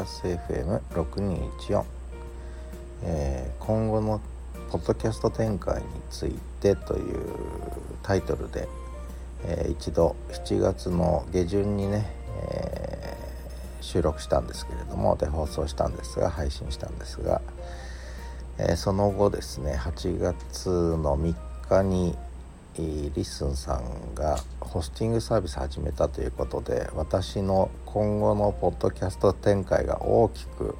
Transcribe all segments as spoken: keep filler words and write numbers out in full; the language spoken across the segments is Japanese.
ス エフエムろくにいちよん、えー、今後のポッドキャスト展開についてというタイトルで、えー、一度しちがつの下旬にね、えー、収録したんですけれども、で放送したんですが配信したんですが、えー、その後ですねはちがつのみっかにリッスンさんがホスティングサービス始めたということで、私の今後のポッドキャスト展開が大きく、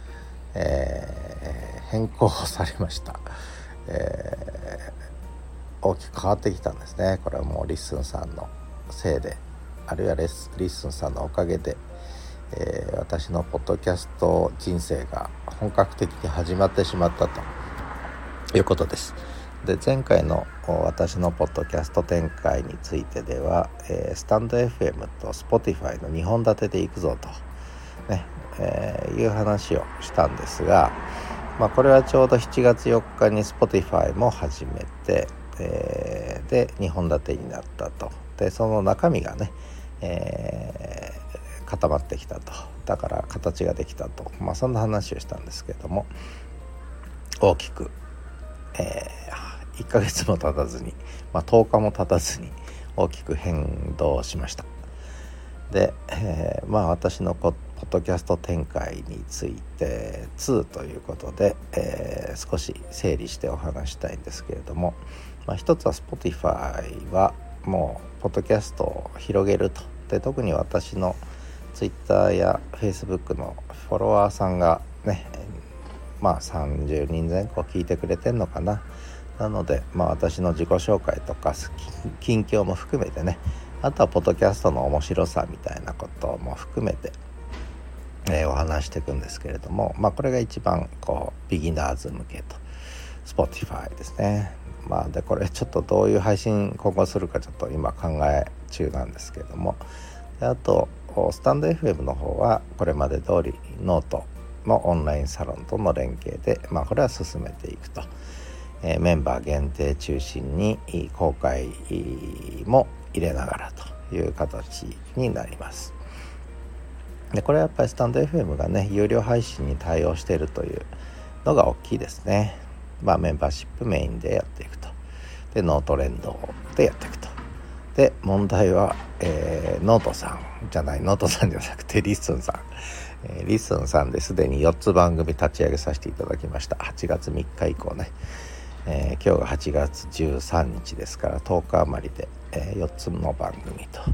えー、変更されました、えー、大きく変わってきたんですね。これはもうリッスンさんのせいで、あるいはリッスンさんのおかげで、えー、私のポッドキャスト人生が本格的に始まってしまったということです。で前回の私のポッドキャスト展開についてでは、えー、スタンド エフエム と Spotify のにほん立てでいくぞと、ねえー、いう話をしたんですが、まあ、これはちょうどしちがつよっかに Spotify も始めて、えー、でにほん立てになったと。でその中身がね、えー、固まってきたと。だから形ができたと、まあ、そんな話をしたんですけども、大きく、えーいっかげつも経たずに、まあ、とおかも経たずに大きく変動しました。で、えー、まあ私のポッドキャスト展開についてにということで、えー、少し整理してお話したいんですけれども、まあ、一つは Spotify はもうポッドキャストを広げると。で特に私の Twitter や Facebook のフォロワーさんがね、まあさんじゅうにんぜん後聞いてくれてんのかな。なので、まあ、私の自己紹介とか近況も含めてね、あとはポッドキャストの面白さみたいなことも含めて、えー、お話していくんですけれども、まあ、これが一番こうビギナーズ向けと Spotify ですね。まあ、でこれちょっとどういう配信今後するかちょっと今考え中なんですけれども、であとスタンド エフエム の方はこれまで通りノートのオンラインサロンとの連携で、まあ、これは進めていくと。メンバー限定中心に公開も入れながらという形になります。でこれはやっぱりスタンド エフエム がね有料配信に対応しているというのが大きいですね。まあメンバーシップメインでやっていくと。でノート連動でやっていくと。で問題は、えー、ノートさんじゃないノートさんじゃなくてリッスンさん、えー、リッスンさんですでによっつ番組立ち上げさせていただきました。はちがつみっか以降ね、えー、今日がはちがつじゅうさんにちですからとおか余りで、えー、よっつの番組と。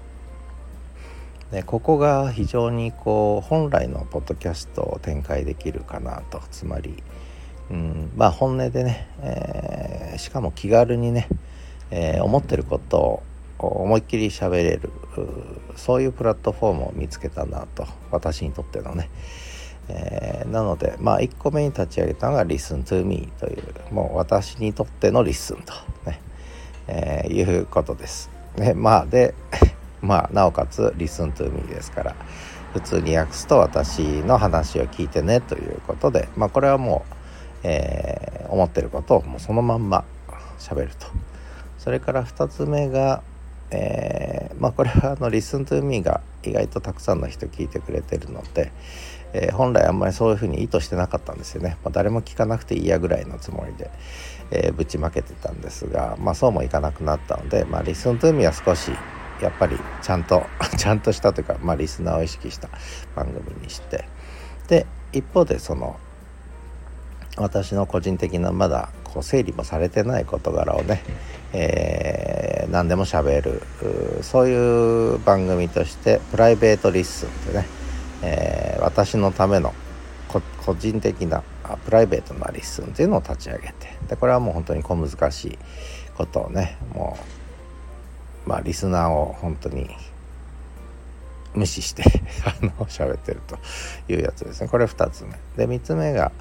でここが非常にこう本来のポッドキャストを展開できるかなと。つまり、うん、まあ本音でね、えー、しかも気軽にね、えー、思ってることを思いっきり喋れる、そういうプラットフォームを見つけたなと、私にとってのね。えー、なのでまあいっこめに立ち上げたのが Listen to Me という、もう私にとってのリッスンとね、えー、いうことです。ね、まあでまあなおかつ Listen to Me ですから、普通に訳すと私の話を聞いてねということで、まあこれはもう、えー、思ってることをもうそのまんま喋ると。それからふたつめが、えー、まあこれはあの Listen to Me が意外とたくさんの人聞いてくれてるので、えー、本来あんまりそういうふうに意図してなかったんですよね。まあ、誰も聞かなくていいやぐらいのつもりで、えー、ぶちまけてたんですが、まあそうもいかなくなったので、まあ Listen to Me は少しやっぱりちゃんとちゃんとしたというか、まあリスナーを意識した番組にして、で一方でその私の個人的なまだこう整理もされてない事柄をね、えー、何でも喋る、そういう番組としてプライベートリッスンってね、えー、私のための個人的なプライベートなリッスンっていうのを立ち上げて、でこれはもう本当に小難しいことをね、もうまあリスナーを本当に無視してあの喋ってるというやつですね。これふたつめで、みっつめが、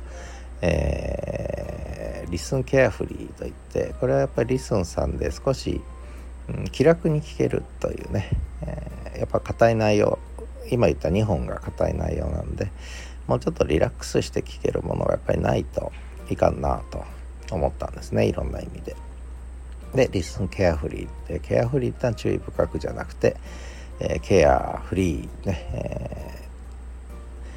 えー、リスンケアフリーといって、これはやっぱりリスンさんで少し、うん、気楽に聞けるというね、えー、やっぱ硬い内容、今言ったにほんが硬い内容なんで、もうちょっとリラックスして聞けるものがやっぱりないといかんなと思ったんですね、いろんな意味で。でリスンケアフリーってケアフリーってのは注意深くじゃなくて、えー、ケアフリーね、え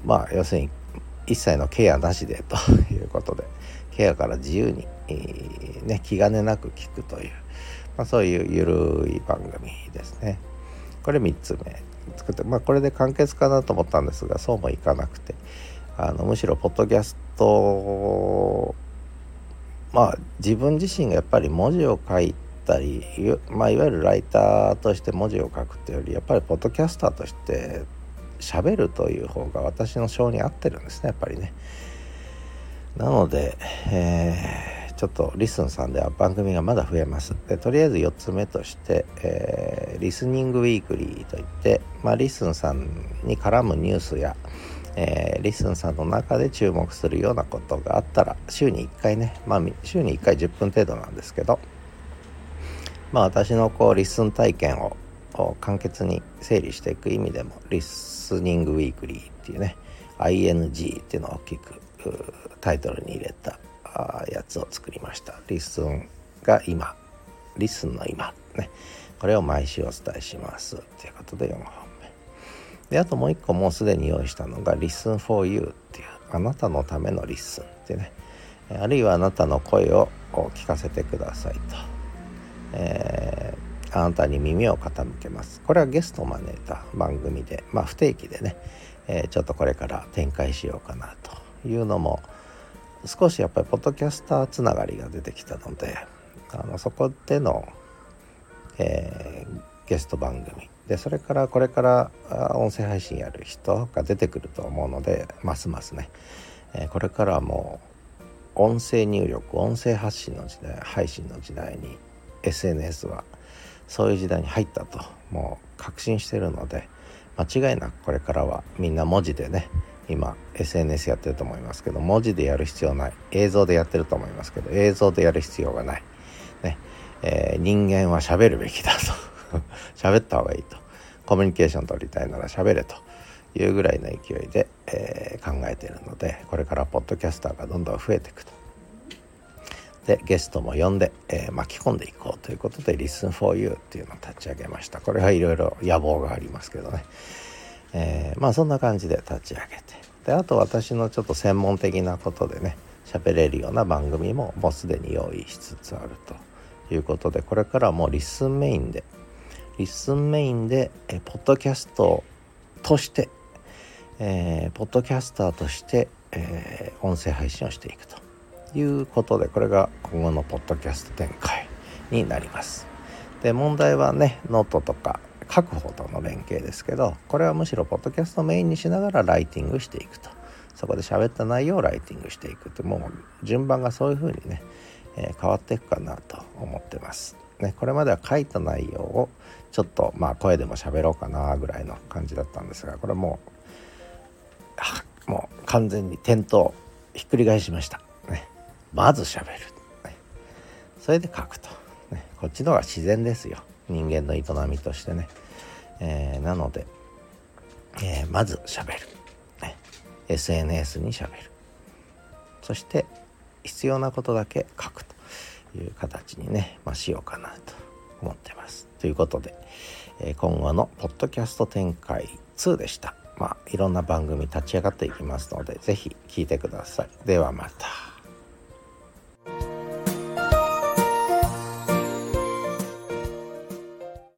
まあ要するに一切のケアなしでということで、ケアから自由に、えーね、気兼ねなく聞くという、まあ、そういうゆるい番組ですね。これみっつめ作って、まあ、これで完結かなと思ったんですが、そうもいかなくて、あのむしろポッドキャスト、まあ自分自身がやっぱり文字を書いたり、まあ、いわゆるライターとして文字を書くっていうより、やっぱりポッドキャスターとして喋るという方が私の性に合ってるんですね、やっぱりね。なので、えー、ちょっとリスンさんでは番組がまだ増えます。でとりあえずよっつめとして、えー、リスニングウィークリーといって、まあ、リスンさんに絡むニュースや、えー、リスンさんの中で注目するようなことがあったら週にいっかいね、まあ週にいっかいじゅっぷん程度なんですけど、まあ私のこうリスン体験を簡潔に整理していく意味でも、リスニングウィークリーっていうね アイエヌジー っていうのを大きくタイトルに入れたやつを作りました。リスンが今、リスンの今ね、これを毎週お伝えしますということでよんほんめで、あともう一個もうすでに用意したのが Listen for You っていう、あなたのためのリッスンっていうね、あるいはあなたの声を聞かせてくださいと、えー、あなたに耳を傾けます。これはゲストを招いた番組で、まあ不定期でね、えー、ちょっとこれから展開しようかなというのも、少しやっぱりポッドキャスターつながりが出てきたので、あのそこでの、えー、ゲスト番組で、それからこれから音声配信やる人が出てくると思うので、ますますね、えー、これからはもう音声入力、音声発信の時代、配信の時代に エスエヌエス はそういう時代に入ったともう確信してるので、間違いなくこれからはみんな文字でね、今 エスエヌエス やってると思いますけど、文字でやる必要ない、映像でやってると思いますけど映像でやる必要がない、ねえー、人間は喋るべきだと喋った方がいいと、コミュニケーション取りたいなら喋れというぐらいの勢いで、えー、考えているので、これからポッドキャスターがどんどん増えていくと。でゲストも呼んで、えー、巻き込んでいこうということで Listen for You っていうのを立ち上げました。これはいろいろ野望がありますけどね、えー、まあそんな感じで立ち上げて、であと私のちょっと専門的なことでね喋れるような番組ももうすでに用意しつつあるということで、これからはもうリッスンメインでリッスンメインでえポッドキャストとして、えー、ポッドキャスターとして、えー、音声配信をしていくということで、これが今後のポッドキャスト展開になります。で問題はね、ノートとか書く方との連携ですけど、これはむしろポッドキャストメインにしながらライティングしていくと、そこで喋った内容をライティングしていくって、もう順番がそういう風にね、えー、変わっていくかなと思ってますね。これまでは書いた内容をちょっとまあ声でも喋ろうかなぐらいの感じだったんですが、これもうもう完全に点灯ひっくり返しましたね。まず喋る、ね、それで書くと、ね、こっちの方が自然ですよ、人間の営みとしてね、えー、なので、えー、まず喋る、ね、エスエヌエス に喋る、そして必要なことだけ書くという形にね、まあ、しようかなと思ってます。ということで、えー、今後のポッドキャスト展開にでした。まあいろんな番組立ち上がっていきますので、ぜひ聞いてください。ではまた。